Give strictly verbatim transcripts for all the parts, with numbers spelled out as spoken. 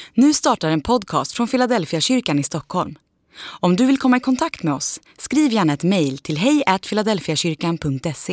Nu startar en podcast från Philadelphia kyrkan i Stockholm. Om du vill komma i kontakt med oss, skriv gärna ett mejl till hej at philadelphiakyrkan punkt se.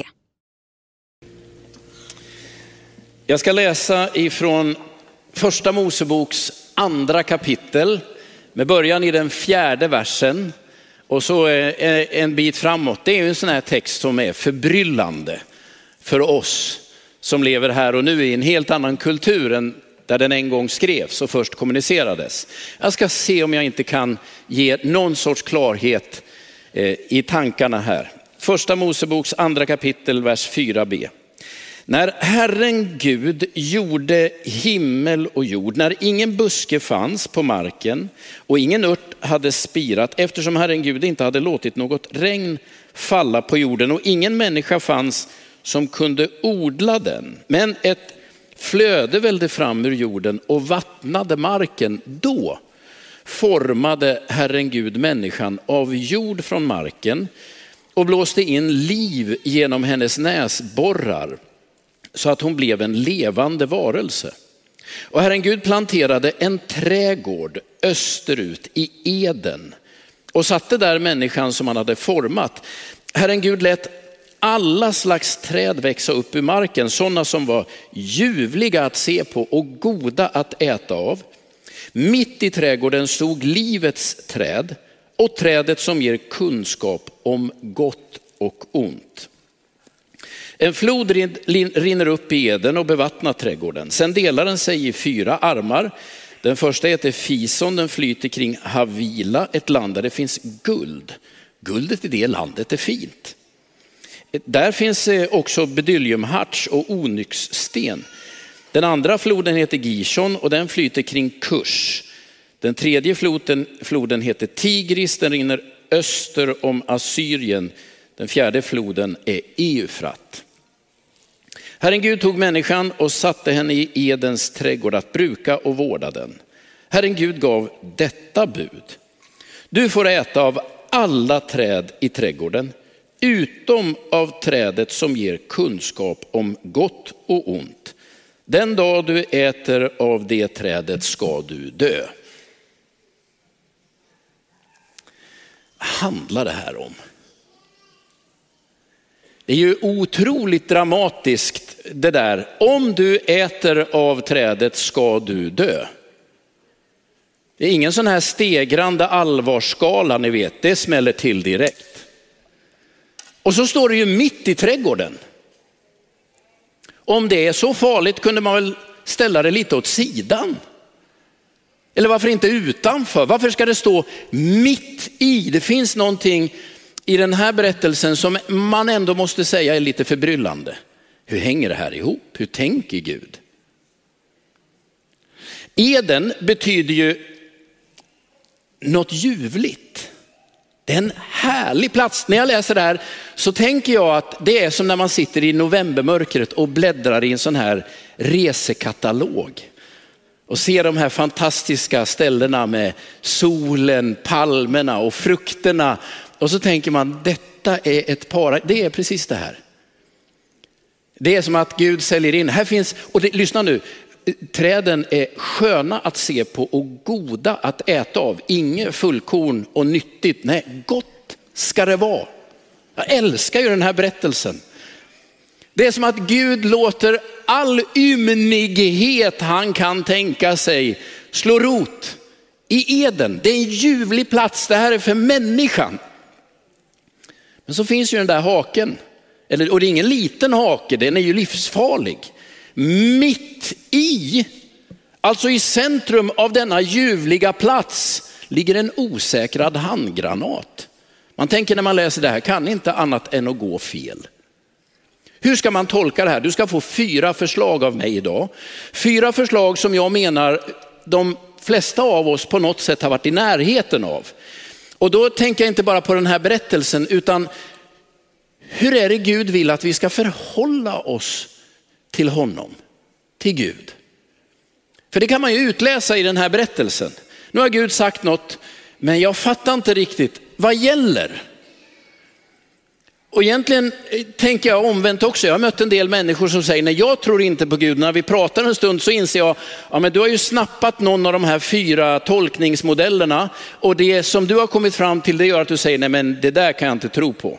Jag ska läsa ifrån första Moseboks andra kapitel med början i den fjärde versen och så en bit framåt. Det är ju en sån här text som är förbryllande för oss som lever här och nu i en helt annan kultur än där den en gång skrevs och först kommunicerades. Jag ska se om jag inte kan ge någon sorts klarhet i tankarna här. Första Moseboks andra kapitel, vers fyra b. När Herren Gud gjorde himmel och jord, när ingen buske fanns på marken och ingen ört hade spirat, eftersom Herren Gud inte hade låtit något regn falla på jorden och ingen människa fanns som kunde odla den, men ett flöde välde fram ur jorden och vattnade marken, då formade Herren Gud människan av jord från marken och blåste in liv genom hennes näsborrar så att hon blev en levande varelse. Och Herren Gud planterade en trädgård österut i Eden och satte där människan som han hade format. Herren Gud lät alla slags träd växa upp ur marken, sådana som var ljuvliga att se på och goda att äta av. Mitt i trädgården stod livets träd och trädet som ger kunskap om gott och ont. En flod rinner upp i Eden och bevattnar trädgården. Sen delar den sig i fyra armar. Den första heter Fison, den flyter kring Havila, ett land där det finns guld. Guldet i det landet är fint. Där finns också bedyliumharts och onyxsten. Den andra floden heter Gishon och den flyter kring Kurs. Den tredje floden, floden heter Tigris, den rinner öster om Assyrien. Den fjärde floden är Eufrat. Herren Gud tog människan och satte henne i Edens trädgård att bruka och vårda den. Herren Gud gav detta bud: du får äta av alla träd i trädgården, utom av trädet som ger kunskap om gott och ont. Den dag du äter av det trädet ska du dö. Vad handlar det här om? Det är ju otroligt dramatiskt det där. Om du äter av trädet ska du dö. Det är ingen sån här stegrande allvarsskala, ni vet. Det smäller till direkt. Och så står det ju mitt i trädgården. Om det är så farligt kunde man väl ställa det lite åt sidan. Eller varför inte utanför? Varför ska det stå mitt i? Det finns någonting i den här berättelsen som man ändå måste säga är lite förbryllande. Hur hänger det här ihop? Hur tänker Gud? Eden betyder ju något ljuvligt. Det är en härlig plats. När jag läser det här så tänker jag att det är som när man sitter i novembermörkret och bläddrar i en sån här resekatalog. Och ser de här fantastiska ställena med solen, palmerna och frukterna. Och så tänker man, detta är ett paradis. Det är precis det här. Det är som att Gud säljer in. Här finns, och det, lyssna nu. Träden är sköna att se på och goda att äta av. Inget fullkorn och nyttigt. Nej, gott ska det vara. Jag älskar ju den här berättelsen. Det är som att Gud låter all ymnighet han kan tänka sig slå rot i Eden. Det är en ljuvlig plats. Det här är för människan. Men så finns ju den där haken. Eller, och det är ingen liten hake, den är ju livsfarlig. Mitt i, alltså i centrum av denna ljuvliga plats, ligger en osäkrad handgranat. Man tänker när man läser det här, kan inte annat än att gå fel. Hur ska man tolka det här? Du ska få fyra förslag av mig idag. Fyra förslag som jag menar de flesta av oss på något sätt har varit i närheten av. Och då tänker jag inte bara på den här berättelsen, utan hur är det Gud vill att vi ska förhålla oss till honom, till Gud? För det kan man ju utläsa i den här berättelsen. Nu har Gud sagt något, men jag fattar inte riktigt vad gäller. Och egentligen tänker jag omvänt också. Jag har mött en del människor som säger, nej jag tror inte på Gud. När vi pratar en stund så inser jag, ja men du har ju snappat någon av de här fyra tolkningsmodellerna. Och det som du har kommit fram till, det gör att du säger, nej men det där kan jag inte tro på.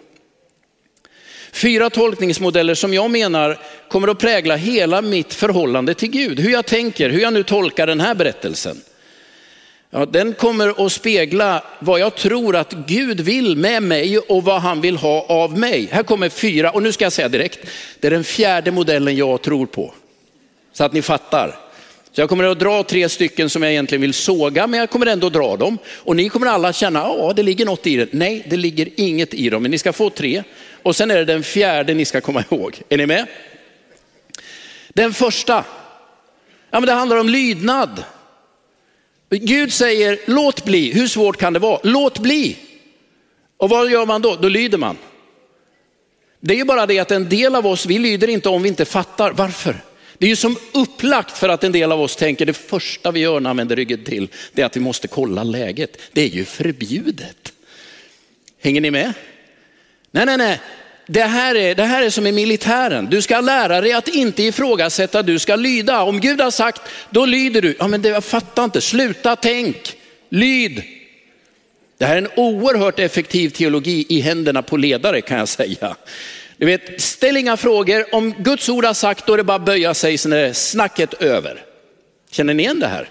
Fyra tolkningsmodeller som jag menar kommer att prägla hela mitt förhållande till Gud. Hur jag tänker, hur jag nu tolkar den här berättelsen. Ja, den kommer att spegla vad jag tror att Gud vill med mig och vad han vill ha av mig. Här kommer fyra, och nu ska jag säga direkt, det är den fjärde modellen jag tror på. Så att ni fattar. Så jag kommer att dra tre stycken som jag egentligen vill såga, men jag kommer ändå dra dem. Och ni kommer alla känna, ja det ligger något i det. Nej, det ligger inget i dem, men ni ska få tre. Och sen är det den fjärde ni ska komma ihåg. Är ni med? Den första, ja men det handlar om lydnad. Gud säger, låt bli. Hur svårt kan det vara? Låt bli. Och vad gör man då? Då lyder man. Det är ju bara det att en del av oss, vi lyder inte om vi inte fattar. Varför? Det är ju som upplagt för att en del av oss tänker det första vi gör när vi vänder ryggen till, det är att vi måste kolla läget. Det är ju förbjudet. Hänger ni med? Nej, nej, nej. Det här är, det här är som i militären. Du ska lära dig att inte ifrågasätta, du ska lyda. Om Gud har sagt, då lyder du. Ja men det, jag fattar inte. Sluta tänk. Lyd. Det här är en oerhört effektiv teologi i händerna på ledare kan jag säga. Du vet, ställ inga frågor. Om Guds ord har sagt, då är det bara böja sig, sen är snacket över. Känner ni igen det här?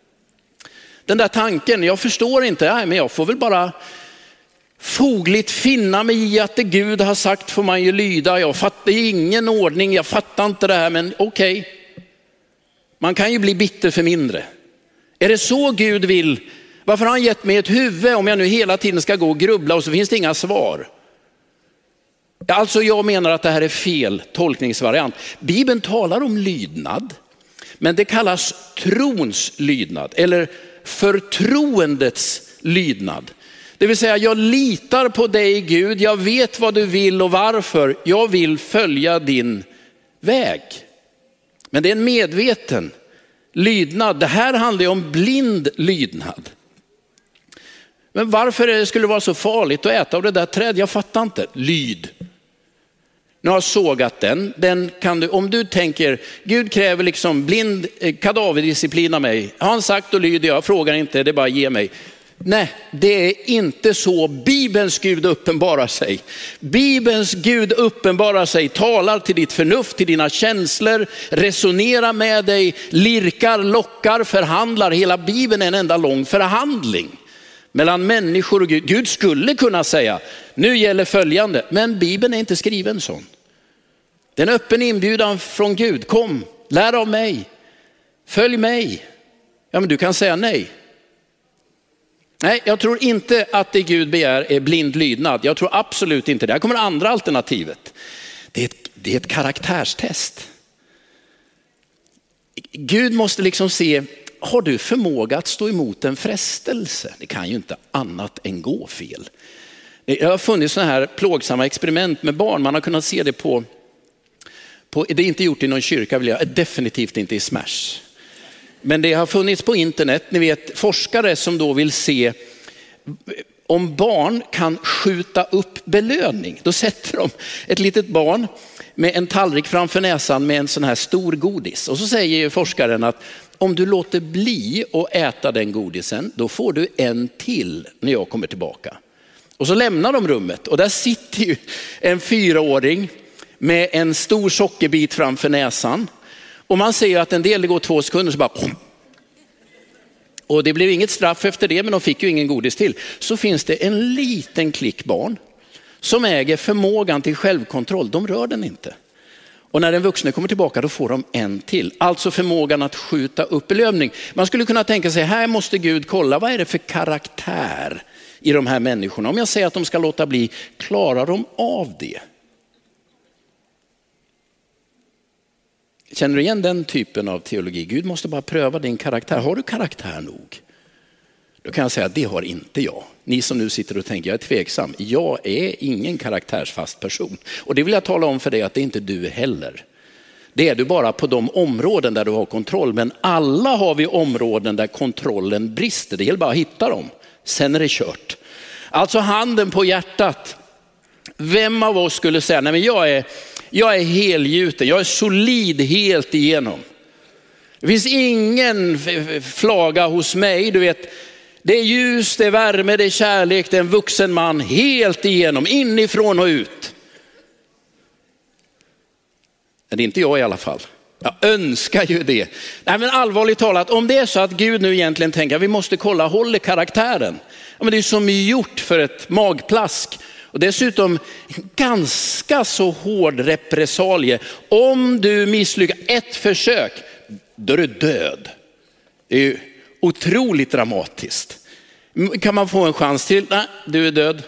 Den där tanken, jag förstår inte, nej, men jag får väl bara fogligt finna mig i att det Gud har sagt får man ju lyda. Jag fattar ingen ordning, jag fattar inte det här, men okej. Okay. Man kan ju bli bitter för mindre. Är det så Gud vill? Varför har han gett mig ett huvud om jag nu hela tiden ska gå och grubbla och så finns det inga svar? Alltså jag menar att det här är fel tolkningsvariant. Bibeln talar om lydnad, men det kallas trons lydnad eller förtroendets lydnad. Det vill säga jag litar på dig Gud, jag vet vad du vill och varför. Jag vill följa din väg. Men det är en medveten lydnad. Det här handlar ju om blind lydnad. Men varför skulle det vara så farligt att äta av det där trädet? Jag fattar inte. Lyd. Nu har jag sågat den. Den kan du, om du tänker, Gud kräver liksom blind kadaverdisciplin av mig. Har han sagt och lyder jag, frågar inte, det är bara ge mig. Nej, det är inte så Bibelns Gud uppenbarar sig. Bibelns Gud uppenbarar sig, talar till ditt förnuft, till dina känslor, resonerar med dig, lirkar, lockar, förhandlar. Hela Bibeln är en enda lång förhandling mellan människor och Gud. Gud skulle kunna säga, nu gäller följande, men Bibeln är inte skriven sån. Det är en öppen inbjudan från Gud. Kom, lär av mig, följ mig. Ja, men du kan säga nej. Nej, jag tror inte att det Gud begär är blind lydnad. Jag tror absolut inte det. Här kommer andra alternativet. Det är ett, det är ett karaktärstest. Gud måste liksom se, har du förmåga att stå emot en frestelse? Det kan ju inte annat än gå fel. Jag har funnit sådana här plågsamma experiment med barn. Man har kunnat se det på, på det är inte gjort i någon kyrka, vill jag, definitivt inte i Smash. Men det har funnits på internet, ni vet forskare som då vill se om barn kan skjuta upp belöning. Då sätter de ett litet barn med en tallrik framför näsan med en sån här stor godis. Och så säger forskaren att om du låter bli att äta den godisen, då får du en till när jag kommer tillbaka. Och så lämnar de rummet och där sitter ju en fyraåring med en stor sockerbit framför näsan. Och man ser att en del, det går två sekunder så bara... Och det blev inget straff efter det, men de fick ju ingen godis till. Så finns det en liten klick barn som äger förmågan till självkontroll. De rör den inte. Och när den vuxna kommer tillbaka, då får de en till. Alltså förmågan att skjuta upp belöning. Man skulle kunna tänka sig, här måste Gud kolla, vad är det för karaktär i de här människorna? Om jag säger att de ska låta bli, klarar de av det? Känner du igen den typen av teologi? Gud måste bara pröva din karaktär. Har du karaktär nog? Då kan jag säga att det har inte jag. Ni som nu sitter och tänker, jag är tveksam. Jag är ingen karaktärsfast person. Och det vill jag tala om för dig att det är inte du heller. Det är du bara på de områden där du har kontroll. Men alla har vi områden där kontrollen brister. Det gäller bara att hitta dem. Sen är det kört. Alltså handen på hjärtat. Vem av oss skulle säga, nej men jag är, jag är helgjuten, jag är solid helt igenom. Det finns ingen flaga hos mig, du vet. Det är ljus, det är värme, det är kärlek, det är en vuxen man helt igenom, inifrån och ut. Det är inte jag i alla fall. Jag önskar ju det. Nej, men allvarligt talat, om det är så att Gud nu egentligen tänker att vi måste kolla, håller karaktären? Ja, men det är som gjort för ett magplask. Och dessutom ganska så hård repressalie. Om du misslyckas ett försök, då är du död. Det är ju otroligt dramatiskt. Kan man få en chans till? Nej, du är död.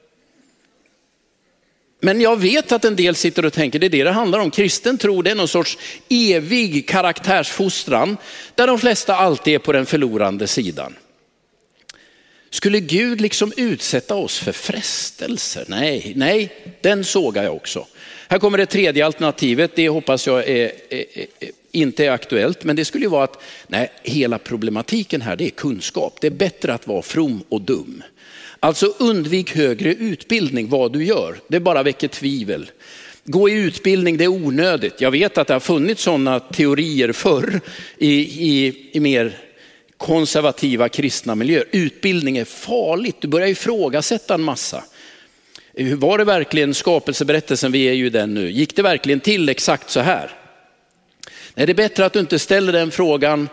Men jag vet att en del sitter och tänker, det är det det handlar om. Kristen tro, det är någon sorts evig karaktärsfostran där de flesta alltid är på den förlorande sidan. Skulle Gud liksom utsätta oss för frestelser? Nej, nej, den sågar jag också. Här kommer det tredje alternativet, det hoppas jag är, är, är, inte är aktuellt. Men det skulle ju vara att nej, hela problematiken här, det är kunskap. Det är bättre att vara from och dum. Alltså undvik högre utbildning vad du gör. Det bara väcker tvivel. Gå i utbildning, det är onödigt. Jag vet att det har funnits sådana teorier förr i, i, i mer konservativa kristna miljöer. Utbildning är farligt. Du börjar ifrågasätta en massa. Hur var det verkligen skapelseberättelsen, vi är ju den nu. Gick det verkligen till exakt så här? Nej, det är bättre att du inte ställer den frågan.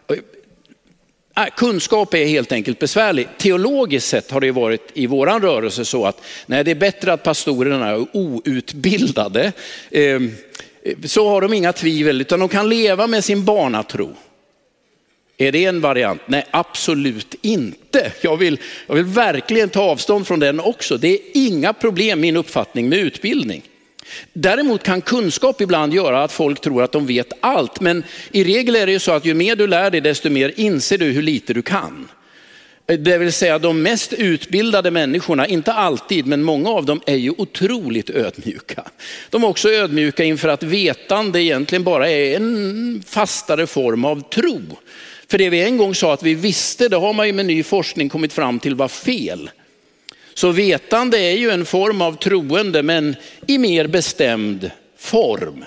Kunskap är helt enkelt besvärlig. Teologiskt sett har det varit i våran rörelse så att nej, det är bättre att pastorerna är outbildade. Så har de inga tvivel utan de kan leva med sin barnatro. Är det en variant? Nej, absolut inte. Jag vill, jag vill verkligen ta avstånd från den också. Det är inga problem, min uppfattning, med utbildning. Däremot kan kunskap ibland göra att folk tror att de vet allt. Men i regel är det ju så att ju mer du lär dig desto mer inser du hur lite du kan. Det vill säga de mest utbildade människorna, inte alltid men många av dem är ju otroligt ödmjuka. De är också ödmjuka inför att vetande egentligen bara är en fastare form av tro. För det vi en gång sa att vi visste, det har man ju med ny forskning kommit fram till var fel. Så vetande är ju en form av troende men i mer bestämd form.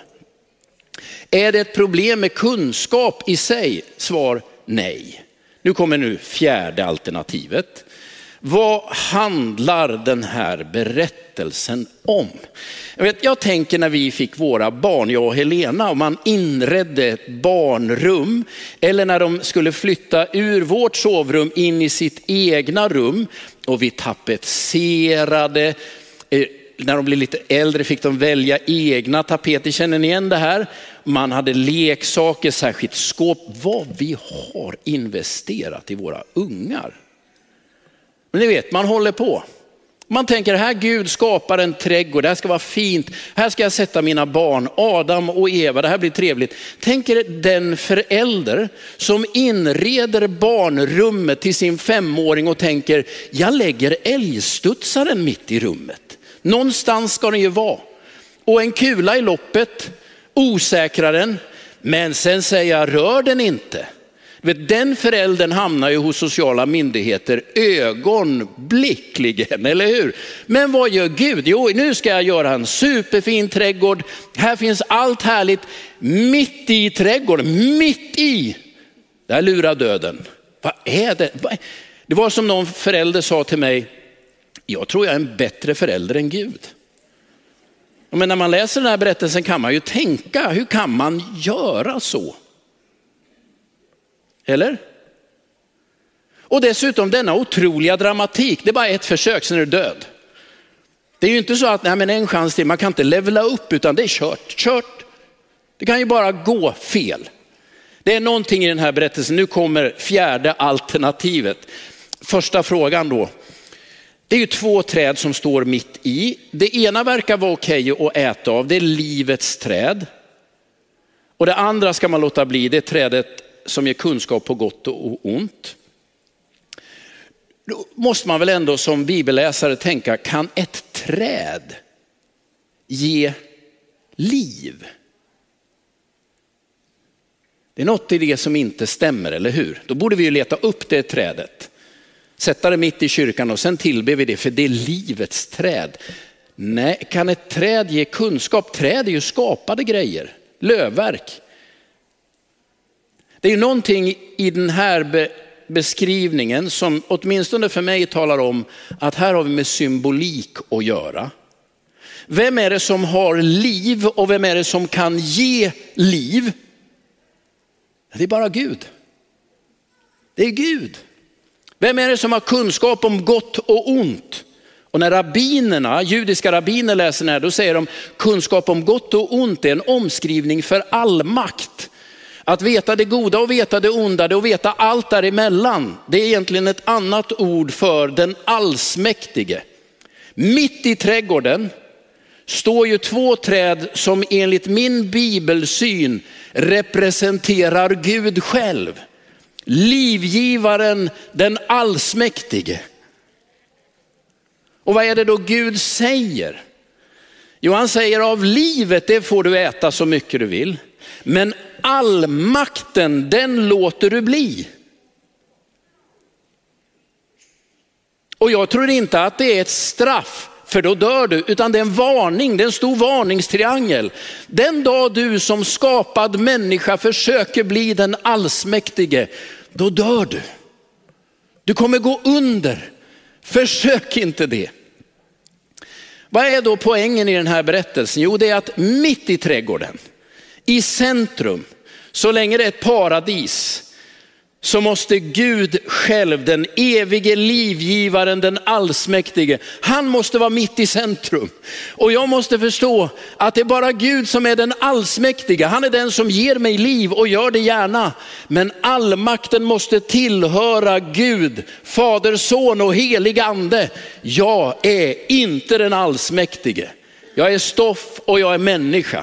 Är det ett problem med kunskap i sig? Svar nej. Nu kommer nu fjärde alternativet. Vad handlar den här berättelsen om? Jag, vet, jag tänker när vi fick våra barn, jag och Helena, och man inredde ett barnrum. Eller när de skulle flytta ur vårt sovrum in i sitt egna rum. Och vi tapetserade. När de blev lite äldre fick de välja egna tapeter. Känner ni igen det här? Man hade leksaker, särskilt skåp. Vad vi har investerat i våra ungar. Men ni vet, man håller på. Man tänker, här Gud skapar en trädgård, det här ska vara fint. Här ska jag sätta mina barn, Adam och Eva, det här blir trevligt. Tänk er den förälder som inreder barnrummet till sin femåring och tänker, jag lägger älgstudsaren mitt i rummet. Någonstans ska den ju vara. Och en kula i loppet, osäkrar den, men sen säger jag, rör den inte. Den föräldern hamnar ju hos sociala myndigheter ögonblickligen, eller hur? Men vad gör Gud? Jo, nu ska jag göra en superfin trädgård. Här finns allt härligt mitt i trädgården, mitt i. Där lurar döden. Vad är det? Det var som någon förälder sa till mig, jag tror jag är en bättre förälder än Gud. Men när man läser den här berättelsen kan man ju tänka, hur kan man göra så? Eller? Och dessutom denna otroliga dramatik. Det är bara ett försök, sen är du död. Det är ju inte så att nej, men en chans till, man kan inte levela upp utan det är kört. Kört. Det kan ju bara gå fel. Det är någonting i den här berättelsen. Nu kommer fjärde alternativet. Första frågan då. Det är ju två träd som står mitt i. Det ena verkar vara okej att äta av. Det är livets träd. Och det andra ska man låta bli. Det är trädet som ger kunskap på gott och ont. Då måste man väl ändå som bibelläsare tänka, kan ett träd ge liv? Det är något i det som inte stämmer, eller hur? Då borde vi ju leta upp det trädet. Sätta det mitt i kyrkan och sen tillber vi det, för det är livets träd. Nej, kan ett träd ge kunskap? Träd är ju skapade grejer, lövverk. Det är ju någonting i den här be- beskrivningen som åtminstone för mig talar om att här har vi med symbolik att göra. Vem är det som har liv och vem är det som kan ge liv? Det är bara Gud. Det är Gud. Vem är det som har kunskap om gott och ont? Och när rabbinerna, judiska rabbiner läser det här, då säger de kunskap om gott och ont är en omskrivning för all makt. Att veta det goda och veta det onda, det och veta allt däremellan. Det är egentligen ett annat ord för den allsmäktige. Mitt i trädgården står ju två träd som enligt min bibelsyn representerar Gud själv. Livgivaren, den allsmäktige. Och vad är det då Gud säger? Jo, han säger av livet det får du äta så mycket du vill. Men allmakten den låter du bli. Och jag tror inte att det är ett straff för då dör du. Utan det är en varning, det är en stor varningstriangel. Den dag du som skapad människa försöker bli den allsmäktige, då dör du. Du kommer gå under. Försök inte det. Vad är då poängen i den här berättelsen? Jo, det är att mitt i trädgården, i centrum, så länge det är ett paradis, så måste Gud själv, den evige livgivaren, den allsmäktige, han måste vara mitt i centrum. Och jag måste förstå att det är bara Gud som är den allsmäktige. Han är den som ger mig liv och gör det gärna. Men allmakten måste tillhöra Gud, Fader, Son och helig ande. Jag är inte den allsmäktige. Jag är stoff och jag är människa.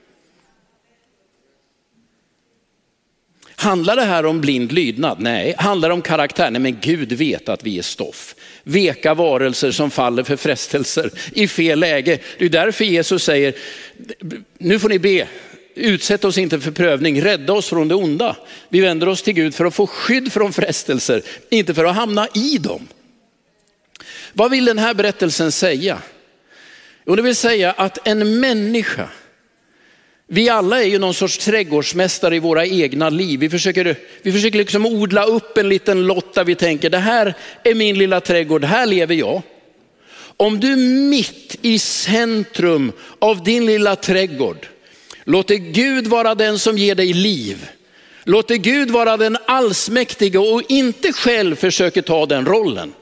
Handlar det här om blind lydnad? Nej. Handlar det om karaktär? Nej, men Gud vet att vi är stoff. Veka varelser som faller för frestelser i fel läge. Det är därför Jesus säger, nu får ni be, utsätt oss inte för prövning, rädda oss från det onda. Vi vänder oss till Gud för att få skydd från frestelser, inte för att hamna i dem. Vad vill den här berättelsen säga? Jo, det vill säga att en människa, vi alla är ju någon sorts trädgårdsmästare i våra egna liv. Vi försöker, vi försöker liksom odla upp en liten lott där vi tänker, det här är min lilla trädgård, här lever jag. Om du mitt i centrum av din lilla trädgård låter Gud vara den som ger dig liv, låter Gud vara den allsmäktige och inte själv försöker ta den rollen,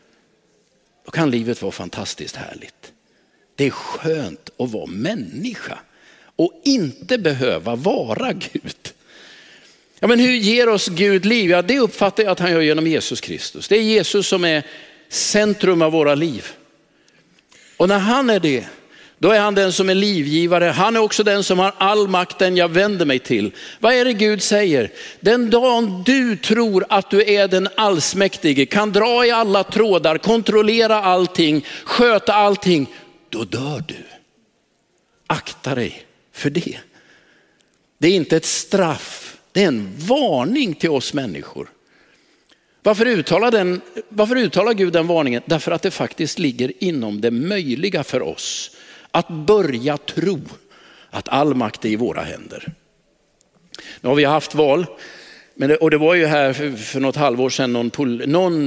då kan livet vara fantastiskt härligt. Det är skönt att vara människa och inte behöva vara Gud. Ja, men hur ger oss Gud liv? Ja, det uppfattar jag att han gör genom Jesus Kristus. Det är Jesus som är centrum av våra liv. Och när han är det, då är han den som är livgivare. Han är också den som har all makten jag vänder mig till. Vad är det Gud säger? Den dagen du tror att du är den allsmäktige, kan dra i alla trådar, kontrollera allting, sköta allting, då dör du. Akta dig för det. Det är inte ett straff, det är en varning till oss människor. Varför uttalar, den, varför uttalar Gud den varningen? Därför att det faktiskt ligger inom det möjliga för oss att börja tro att all makt är i våra händer. Nu har vi haft val, men det, och det var ju här för, för något halvår sedan någon, pol, någon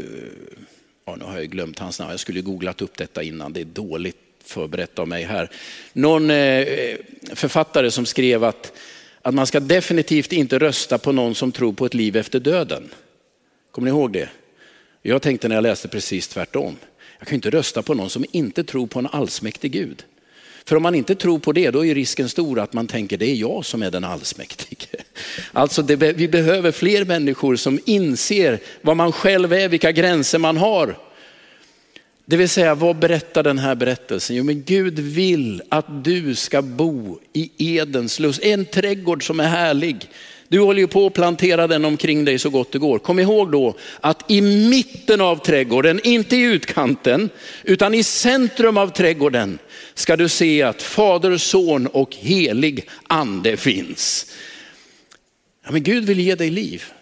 ja, nu har jag glömt hans namn, jag skulle googlat upp detta innan, det är dåligt förberett av mig här. Någon eh, författare som skrev att, att man ska definitivt inte rösta på någon som tror på ett liv efter döden. Kommer ni ihåg det? Jag tänkte när jag läste precis tvärtom. Jag kan inte rösta på någon som inte tror på en allsmäktig Gud. För om man inte tror på det, då är risken stor att man tänker det är jag som är den allsmäktige. Alltså det, vi behöver fler människor som inser vad man själv är, vilka gränser man har. Det vill säga, vad berättar den här berättelsen? Jo, men Gud vill att du ska bo i Edens lust. En trädgård som är härlig. Du håller ju på att plantera den omkring dig så gott det går. Kom ihåg då att i mitten av trädgården, inte i utkanten, utan i centrum av trädgården ska du se att Fader, Son och helig ande finns. Ja, men Gud vill ge dig liv.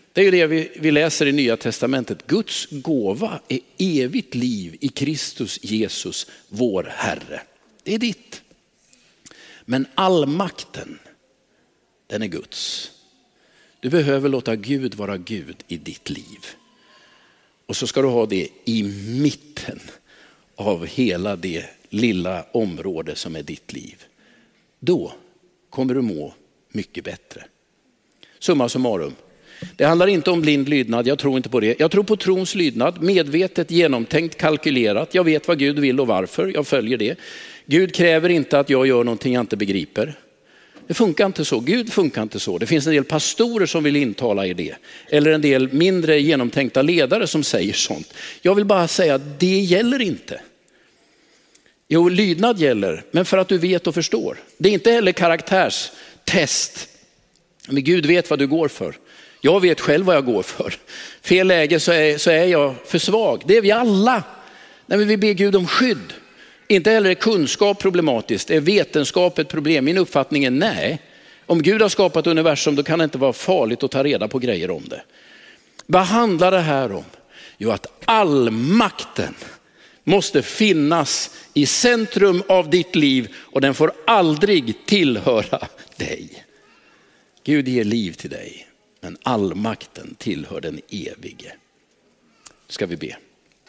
Det är ju det vi, vi läser i Nya testamentet. Guds gåva är evigt liv i Kristus Jesus, vår Herre. Det är ditt. Men all makten, den är Guds. Du behöver låta Gud vara Gud i ditt liv. Och så ska du ha det i mitten av hela det lilla område som är ditt liv. Då kommer du må mycket bättre. Summa summarum. Det handlar inte om blind lydnad, jag tror inte på det. Jag tror på trons lydnad, medvetet, genomtänkt, kalkylerat. Jag vet vad Gud vill och varför, jag följer det. Gud kräver inte att jag gör någonting jag inte begriper. Det funkar inte så, Gud funkar inte så. Det finns en del pastorer som vill intala er det. Eller en del mindre genomtänkta ledare som säger sånt. Jag vill bara säga att det gäller inte. Jo, lydnad gäller, men för att du vet och förstår. Det är inte heller karaktärstest. Men Gud vet vad du går för. Jag vet själv vad jag går för. Fel läge så är, så är jag för svag. Det är vi alla. När vi ber Gud om skydd. Inte heller är kunskap problematiskt. Är vetenskap ett problem? Min uppfattning är nej. Om Gud har skapat universum, då kan det inte vara farligt att ta reda på grejer om det. Vad handlar det här om? Jo, att all makten måste finnas i centrum av ditt liv. Och den får aldrig tillhöra dig. Gud ger liv till dig. Men all makten tillhör den evige. Ska vi be.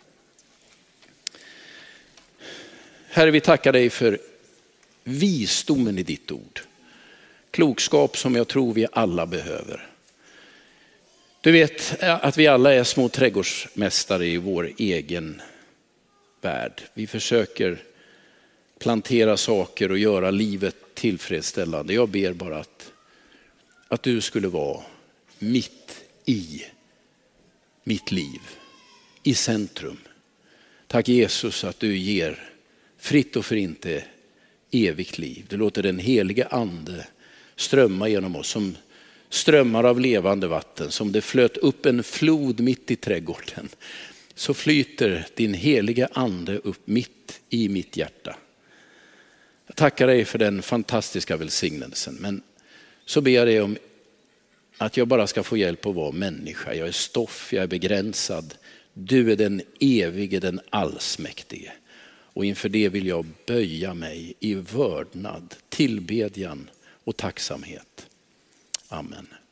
Herre, vi tackar dig för visdomen i ditt ord. Klokskap som jag tror vi alla behöver. Du vet att vi alla är små trädgårdsmästare i vår egen värld. Vi försöker plantera saker och göra livet tillfredsställande. Jag ber bara att, att du skulle vara mitt i mitt liv, i centrum. Tack Jesus att du ger fritt och för inte evigt liv. Du låter den helige ande strömma genom oss som strömmar av levande vatten. Som det flöt upp en flod mitt i trädgården. Så flyter din helige ande upp mitt i mitt hjärta. Jag tackar dig för den fantastiska välsignelsen. Men så ber jag dig om att jag bara ska få hjälp att vara människa. Jag är stoff, jag är begränsad. Du är den evige, den allsmäktige. Och inför det vill jag böja mig i vördnad, tillbedjan och tacksamhet. Amen.